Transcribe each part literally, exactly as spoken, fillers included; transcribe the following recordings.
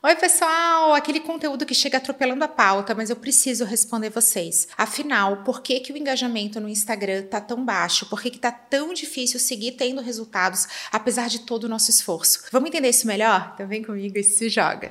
Oi, pessoal! Aquele conteúdo que chega atropelando a pauta, mas eu preciso responder vocês. Afinal, por que que o engajamento no Instagram tá tão baixo? Por que que tá tão difícil seguir tendo resultados, apesar de todo o nosso esforço? Vamos entender isso melhor? Então vem comigo e se joga!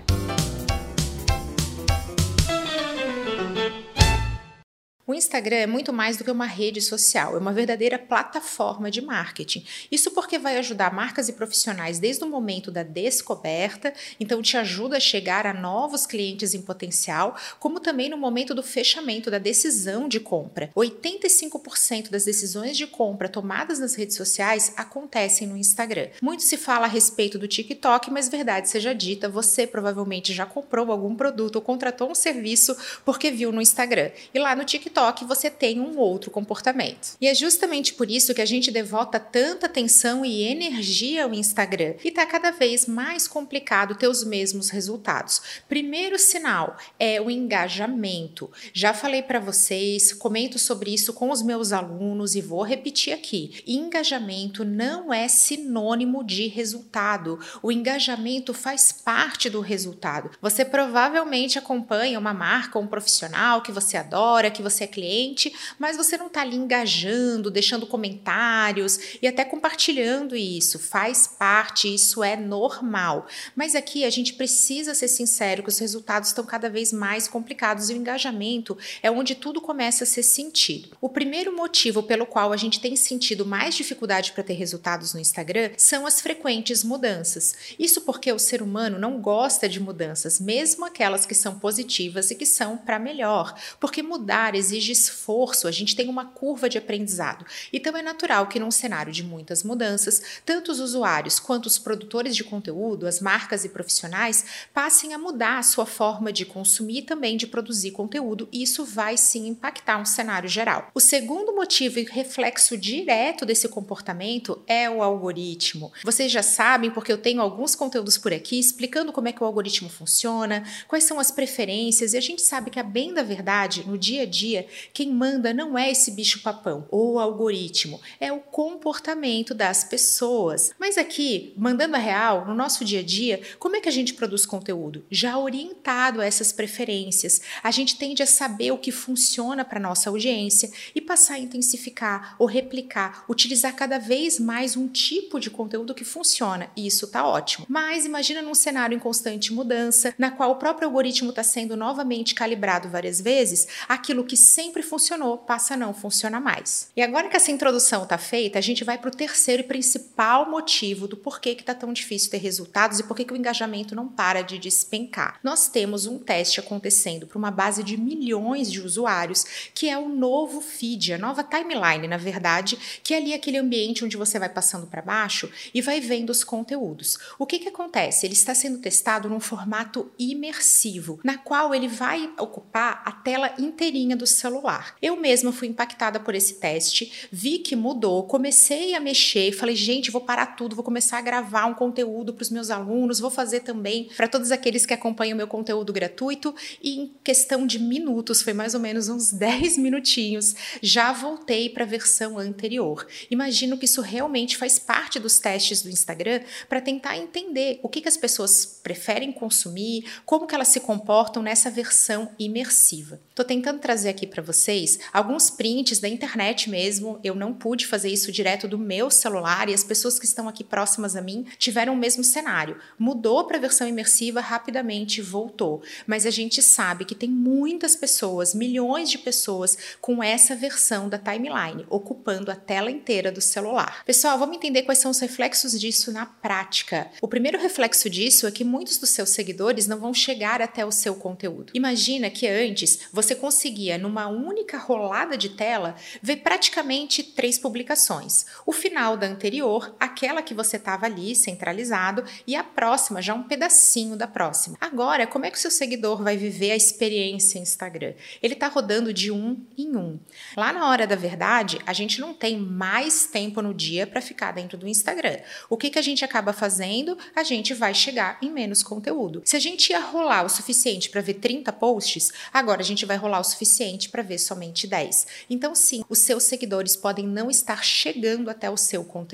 O Instagram é muito mais do que uma rede social, é uma verdadeira plataforma de marketing. Isso porque vai ajudar marcas e profissionais desde o momento da descoberta, então te ajuda a chegar a novos clientes em potencial, como também no momento do fechamento da decisão de compra. oitenta e cinco por cento das decisões de compra tomadas nas redes sociais acontecem no Instagram. Muito se fala a respeito do TikTok, mas verdade seja dita, você provavelmente já comprou algum produto ou contratou um serviço porque viu no Instagram. E lá no TikTok você tem um outro comportamento. E é justamente por isso que a gente devota tanta atenção e energia ao Instagram. E tá cada vez mais complicado ter os mesmos resultados. Primeiro sinal é o engajamento. Já falei para vocês, comento sobre isso com os meus alunos e vou repetir aqui. Engajamento não é sinônimo de resultado. O engajamento faz parte do resultado. Você provavelmente acompanha uma marca, um profissional que você adora, que você é cliente, mas você não está ali engajando, deixando comentários e até compartilhando isso. Faz parte, isso é normal. Mas aqui a gente precisa ser sincero que os resultados estão cada vez mais complicados e o engajamento é onde tudo começa a ser sentido. O primeiro motivo pelo qual a gente tem sentido mais dificuldade para ter resultados no Instagram são as frequentes mudanças. Isso porque o ser humano não gosta de mudanças, mesmo aquelas que são positivas e que são para melhor, porque mudar exige esforço, a gente tem uma curva de aprendizado. Então é natural que num cenário de muitas mudanças, tanto os usuários quanto os produtores de conteúdo, as marcas e profissionais, passem a mudar a sua forma de consumir e também de produzir conteúdo, e isso vai sim impactar um cenário geral. O segundo motivo e reflexo direto desse comportamento é o algoritmo. Vocês já sabem, porque eu tenho alguns conteúdos por aqui explicando como é que o algoritmo funciona, quais são as preferências, e a gente sabe que, a bem da verdade, no dia a dia, quem manda não é esse bicho-papão ou algoritmo, é o comportamento das pessoas. Mas aqui, mandando a real, no nosso dia a dia, como é que a gente produz conteúdo? Já orientado a essas preferências. A gente tende a saber o que funciona para nossa audiência e passar a intensificar ou replicar, utilizar cada vez mais um tipo de conteúdo que funciona, e isso tá ótimo. Mas imagina num cenário em constante mudança, na qual o próprio algoritmo está sendo novamente calibrado várias vezes, aquilo que sempre funcionou passa a não funcionar mais. E agora que essa introdução está feita, a gente vai para o terceiro e principal motivo do porquê que está tão difícil ter resultados e porquê que o engajamento não para de despencar. Nós temos um teste acontecendo para uma base de milhões de usuários, que é o novo feed, a nova timeline, na verdade, que é ali aquele ambiente onde você vai passando para baixo e vai vendo os conteúdos. O que que acontece? Ele está sendo testado num formato imersivo, na qual ele vai ocupar a tela inteirinha do celular. Eu mesma fui impactada por esse teste, vi que mudou, comecei a mexer, falei, gente, vou parar tudo, vou começar a gravar um conteúdo para os meus alunos, vou fazer também para todos aqueles que acompanham o meu conteúdo gratuito, e em questão de minutos, foi mais ou menos uns dez minutinhos, já voltei para a versão anterior. Imagino que isso realmente faz parte dos testes do Instagram para tentar entender o que, que as pessoas preferem consumir, como que elas se comportam nessa versão imersiva. Tô tentando trazer aqui para vocês alguns prints da internet mesmo, eu não pude fazer isso direto do meu celular e as pessoas que estão aqui próximas a mim tiveram o mesmo cenário. Mudou para a versão imersiva, rapidamente voltou. Mas a gente sabe que tem muitas pessoas, milhões de pessoas com essa versão da timeline, ocupando a tela inteira do celular. Pessoal, vamos entender quais são os reflexos disso na prática. O primeiro reflexo disso é que muitos dos seus seguidores não vão chegar até o seu conteúdo. Imagina que antes você conseguia, numa única rolada de tela, ver praticamente três publicações. O final da anterior, aquela que você estava ali centralizado, e a próxima, já um pedacinho da próxima. Agora, como é que o seu seguidor vai viver a experiência Instagram? Ele está rodando de um em um. Lá na hora da verdade, a gente não tem mais tempo no dia para ficar dentro do Instagram. O que, que a gente acaba fazendo? A gente vai chegar em menos conteúdo. Se a gente ia rolar o suficiente para ver trinta posts, agora a gente vai rolar o suficiente para ver somente dez. Então sim, os seus seguidores podem não estar chegando até o seu conteúdo.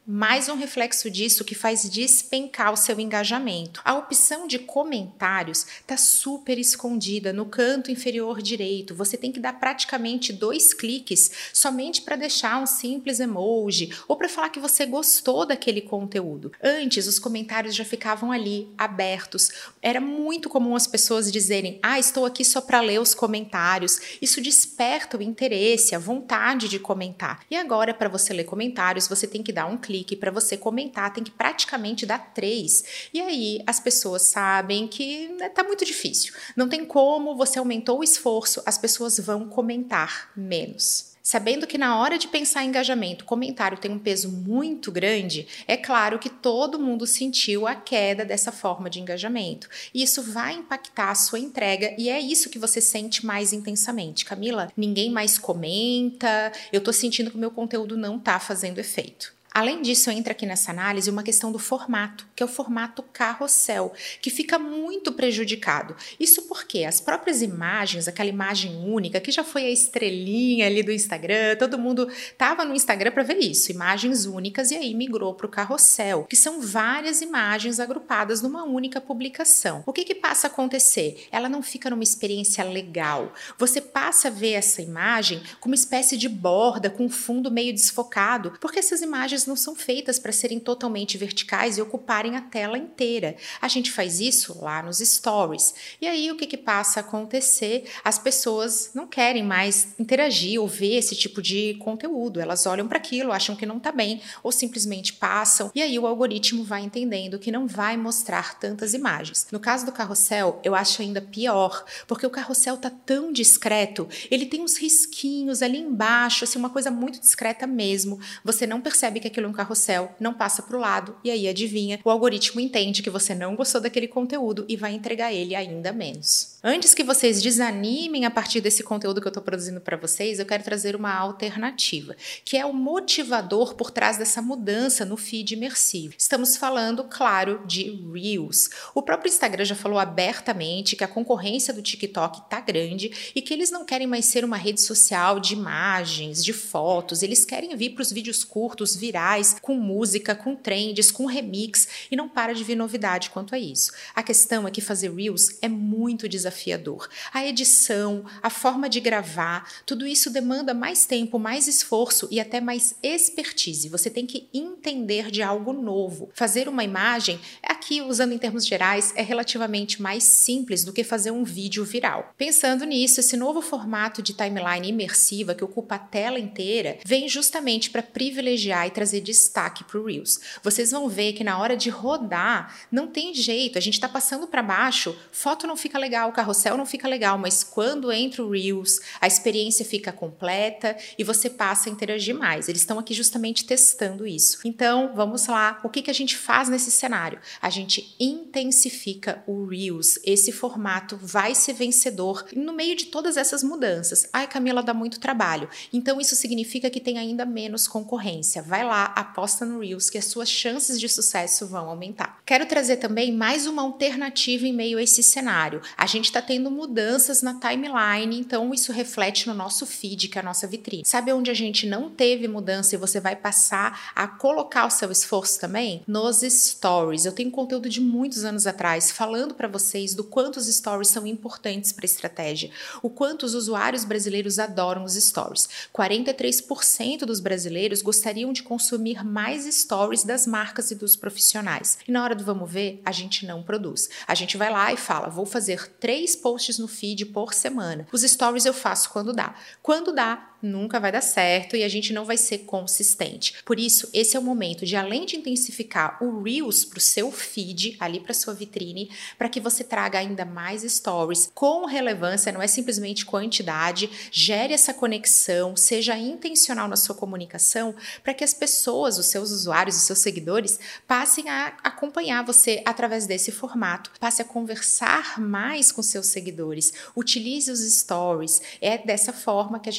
Mais um reflexo disso que faz despencar o seu engajamento. A opção de comentários está super escondida no canto inferior direito. Você tem que dar praticamente dois cliques somente para deixar um simples emoji ou para falar que você gostou daquele conteúdo. Antes, os comentários já ficavam ali, abertos. Era muito comum as pessoas dizerem: ah, estou aqui só para ler os comentários. Isso desperta o interesse, a vontade de comentar. E agora, para você ler comentários, você tem que dar um clique. Que para você comentar tem que praticamente dar três. E aí as pessoas sabem que né, tá muito difícil. Não tem como, você aumentou o esforço, as pessoas vão comentar menos. Sabendo que na hora de pensar em engajamento, o comentário tem um peso muito grande, é claro que todo mundo sentiu a queda dessa forma de engajamento. E isso vai impactar a sua entrega e é isso que você sente mais intensamente. Camila, ninguém mais comenta, eu tô sentindo que o meu conteúdo não tá fazendo efeito. Além disso, entra aqui nessa análise uma questão do formato, que é o formato carrossel, que fica muito prejudicado. Isso porque as próprias imagens, aquela imagem única, que já foi a estrelinha ali do Instagram, todo mundo estava no Instagram para ver isso, imagens únicas, e aí migrou para o carrossel, que são várias imagens agrupadas numa única publicação. O que que passa a acontecer? Ela não fica numa experiência legal. Você passa a ver essa imagem com uma espécie de borda, com um fundo meio desfocado, porque essas imagens não são feitas para serem totalmente verticais e ocuparem a tela inteira. A gente faz isso lá nos stories. E aí o que que passa a acontecer? As pessoas não querem mais interagir ou ver esse tipo de conteúdo. Elas olham para aquilo, acham que não está bem ou simplesmente passam. E aí o algoritmo vai entendendo que não vai mostrar tantas imagens. No caso do carrossel, eu acho ainda pior, porque o carrossel está tão discreto. Ele tem uns risquinhos ali embaixo, assim, uma coisa muito discreta mesmo. Você não percebe que aquilo é um carrossel, não passa para o lado e aí adivinha, o algoritmo entende que você não gostou daquele conteúdo e vai entregar ele ainda menos. Antes que vocês desanimem a partir desse conteúdo que eu estou produzindo para vocês, eu quero trazer uma alternativa, que é o motivador por trás dessa mudança no feed imersivo. Estamos falando, claro, de Reels. O próprio Instagram já falou abertamente que a concorrência do TikTok está grande e que eles não querem mais ser uma rede social de imagens, de fotos, eles querem vir para os vídeos curtos, virais, com música, com trends, com remix e não para de vir novidade quanto a isso. A questão é que fazer Reels é muito desafiador. A edição, a forma de gravar, tudo isso demanda mais tempo, mais esforço e até mais expertise. Você tem que entender de algo novo. Fazer uma imagem, aqui usando em termos gerais, é relativamente mais simples do que fazer um vídeo viral. Pensando nisso, esse novo formato de timeline imersiva que ocupa a tela inteira vem justamente para privilegiar e trazer destaque para o Reels. Vocês vão ver que na hora de rodar, não tem jeito, a gente está passando para baixo, foto não fica legal, carrossel não fica legal, mas quando entra o Reels, a experiência fica completa e você passa a interagir mais. Eles estão aqui justamente testando isso. Então, vamos lá, o que, que a gente faz nesse cenário? A gente intensifica o Reels, esse formato vai ser vencedor no meio de todas essas mudanças. Ai, Camila, dá muito trabalho. Então, isso significa que tem ainda menos concorrência. Vai lá, aposta no Reels que as suas chances de sucesso vão aumentar. Quero trazer também mais uma alternativa em meio a esse cenário. A gente está tendo mudanças na timeline, então isso reflete no nosso feed, que é a nossa vitrine. Sabe onde a gente não teve mudança e você vai passar a colocar o seu esforço também? Nos stories. Eu tenho conteúdo de muitos anos atrás falando para vocês do quanto os stories são importantes para a estratégia, o quanto os usuários brasileiros adoram os stories. quarenta e três por cento dos brasileiros gostariam de consumir mais stories das marcas e dos profissionais. E na hora do vamos ver, a gente não produz. A gente vai lá e fala, vou fazer três posts no feed por semana. Os stories eu faço quando dá. Quando dá, nunca vai dar certo e a gente não vai ser consistente. Por isso, esse é o momento de, além de intensificar o Reels para o seu feed, ali para sua vitrine, para que você traga ainda mais stories com relevância, não é simplesmente quantidade, gere essa conexão, seja intencional na sua comunicação, para que as pessoas, os seus usuários, os seus seguidores, passem a acompanhar você através desse formato, passe a conversar mais com seus seguidores, utilize os stories, é dessa forma que a gente vai conseguir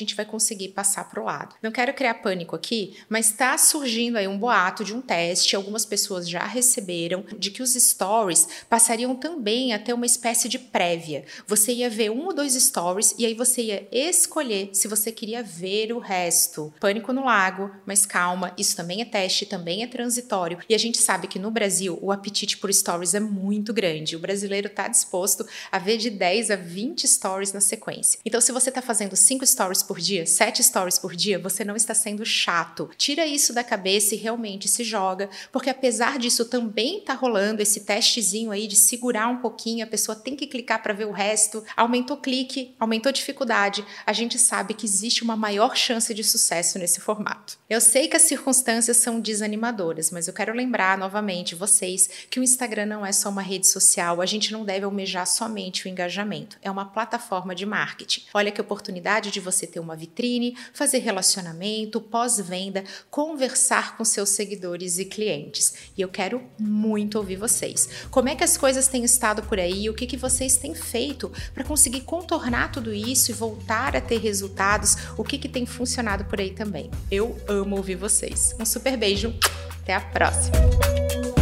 conseguir passar para o lado. Não quero criar pânico aqui, mas está surgindo aí um boato de um teste, algumas pessoas já receberam, de que os stories passariam também a ter uma espécie de prévia. Você ia ver um ou dois stories e aí você ia escolher se você queria ver o resto. Pânico no lago, mas calma, isso também é teste, também é transitório. E a gente sabe que no Brasil o apetite por stories é muito grande. O brasileiro está disposto a ver de dez a vinte stories na sequência. Então, se você está fazendo cinco stories por dia, sete stories por dia, você não está sendo chato. Tira isso da cabeça e realmente se joga, porque apesar disso também tá rolando esse testezinho aí de segurar um pouquinho, a pessoa tem que clicar para ver o resto, aumentou clique, aumentou dificuldade, a gente sabe que existe uma maior chance de sucesso nesse formato. Eu sei que as circunstâncias são desanimadoras, mas eu quero lembrar novamente vocês que o Instagram não é só uma rede social, a gente não deve almejar somente o engajamento, é uma plataforma de marketing. Olha que oportunidade de você ter uma vitrine, fazer relacionamento, pós-venda, conversar com seus seguidores e clientes. E eu quero muito ouvir vocês. Como é que as coisas têm estado por aí? O que, que vocês têm feito para conseguir contornar tudo isso e voltar a ter resultados? O que, que tem funcionado por aí também? Eu amo ouvir vocês. Um super beijo, até a próxima!